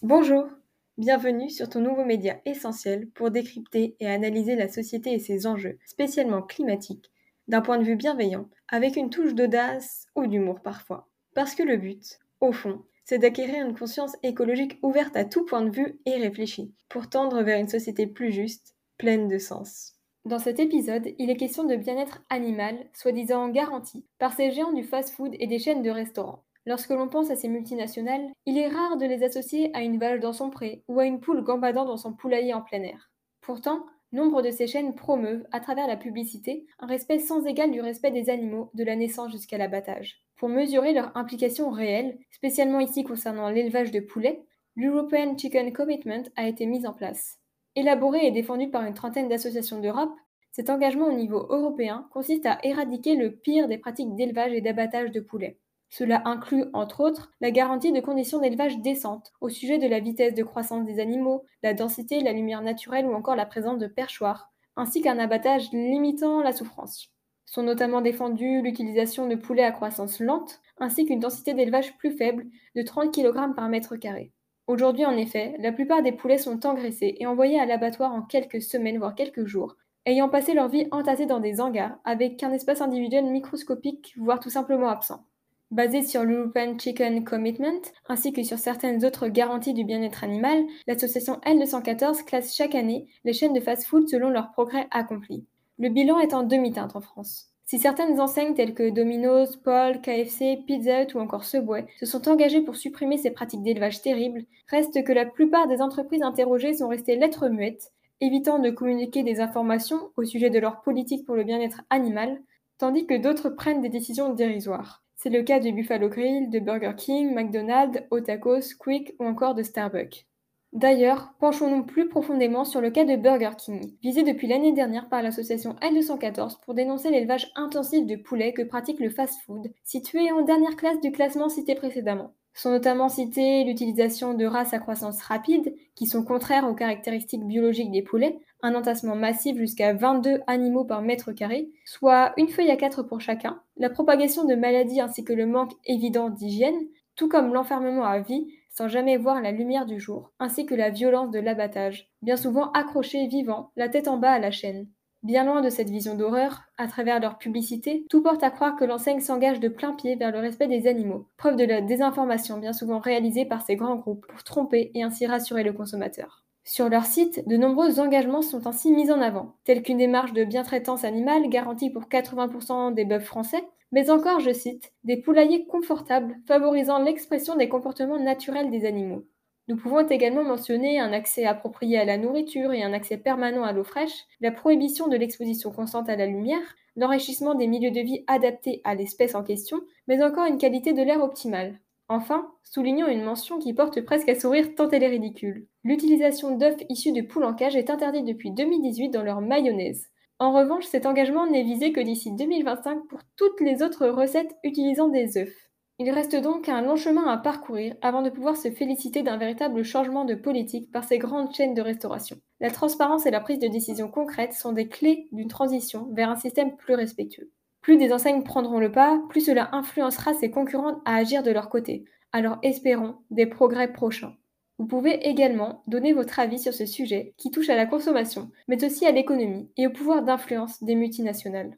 Bonjour, bienvenue sur ton nouveau média essentiel pour décrypter et analyser la société et ses enjeux, spécialement climatiques, d'un point de vue bienveillant, avec une touche d'audace ou d'humour parfois. Parce que le but, au fond, c'est d'acquérir une conscience écologique ouverte à tout point de vue et réfléchie, pour tendre vers une société plus juste, pleine de sens. Dans cet épisode, il est question de bien-être animal, soi-disant garanti, par ces géants du fast-food et des chaînes de restaurants. Lorsque l'on pense à ces multinationales, il est rare de les associer à une vache dans son pré ou à une poule gambadant dans son poulailler en plein air. Pourtant, nombre de ces chaînes promeuvent, à travers la publicité, un respect sans égal du respect des animaux, de la naissance jusqu'à l'abattage. Pour mesurer leur implication réelle, spécialement ici concernant l'élevage de poulets, l'European Chicken Commitment a été mis en place. Élaboré et défendu par une trentaine d'associations d'Europe, cet engagement au niveau européen consiste à éradiquer le pire des pratiques d'élevage et d'abattage de poulets. Cela inclut, entre autres, la garantie de conditions d'élevage décentes au sujet de la vitesse de croissance des animaux, la densité, la lumière naturelle ou encore la présence de perchoirs, ainsi qu'un abattage limitant la souffrance. Sont notamment défendues l'utilisation de poulets à croissance lente, ainsi qu'une densité d'élevage plus faible de 30 kg par mètre carré. Aujourd'hui, en effet, la plupart des poulets sont engraissés et envoyés à l'abattoir en quelques semaines, voire quelques jours, ayant passé leur vie entassés dans des hangars, avec un espace individuel microscopique, voire tout simplement absent. Basée sur l'European Chicken Commitment, ainsi que sur certaines autres garanties du bien-être animal, l'association L214 classe chaque année les chaînes de fast-food selon leurs progrès accomplis. Le bilan est en demi-teinte en France. Si certaines enseignes telles que Domino's, Paul, KFC, Pizza Hut ou encore Subway se sont engagées pour supprimer ces pratiques d'élevage terribles, reste que la plupart des entreprises interrogées sont restées lettres muettes, évitant de communiquer des informations au sujet de leur politique pour le bien-être animal, tandis que d'autres prennent des décisions dérisoires. C'est le cas de Buffalo Grill, de Burger King, McDonald's, Otakos, Quick ou encore de Starbucks. D'ailleurs, penchons-nous plus profondément sur le cas de Burger King, visé depuis l'année dernière par l'association L214 pour dénoncer l'élevage intensif de poulets que pratique le fast-food, situé en dernière classe du classement cité précédemment. Sont notamment cités l'utilisation de races à croissance rapide, qui sont contraires aux caractéristiques biologiques des poulets, un entassement massif jusqu'à 22 animaux par mètre carré, soit une feuille à 4 pour chacun, la propagation de maladies ainsi que le manque évident d'hygiène, tout comme l'enfermement à vie sans jamais voir la lumière du jour, ainsi que la violence de l'abattage, bien souvent accrochés vivants, la tête en bas à la chaîne. Bien loin de cette vision d'horreur, à travers leur publicité, tout porte à croire que l'enseigne s'engage de plein pied vers le respect des animaux, preuve de la désinformation bien souvent réalisée par ces grands groupes pour tromper et ainsi rassurer le consommateur. Sur leur site, de nombreux engagements sont ainsi mis en avant, tels qu'une démarche de bientraitance animale garantie pour 80% des bœufs français, mais encore, je cite, des poulaillers confortables favorisant l'expression des comportements naturels des animaux. Nous pouvons également mentionner un accès approprié à la nourriture et un accès permanent à l'eau fraîche, la prohibition de l'exposition constante à la lumière, l'enrichissement des milieux de vie adaptés à l'espèce en question, mais encore une qualité de l'air optimale. Enfin, soulignons une mention qui porte presque à sourire tant elle est ridicule. L'utilisation d'œufs issus de poules en cage est interdite depuis 2018 dans leur mayonnaise. En revanche, cet engagement n'est visé que d'ici 2025 pour toutes les autres recettes utilisant des œufs. Il reste donc un long chemin à parcourir avant de pouvoir se féliciter d'un véritable changement de politique par ces grandes chaînes de restauration. La transparence et la prise de décision concrète sont des clés d'une transition vers un système plus respectueux. Plus des enseignes prendront le pas, plus cela influencera ses concurrentes à agir de leur côté. Alors espérons des progrès prochains. Vous pouvez également donner votre avis sur ce sujet qui touche à la consommation, mais aussi à l'économie et au pouvoir d'influence des multinationales.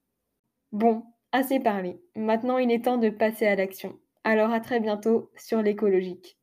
Bon, assez parlé. Maintenant il est temps de passer à l'action. Alors à très bientôt sur l'écologique.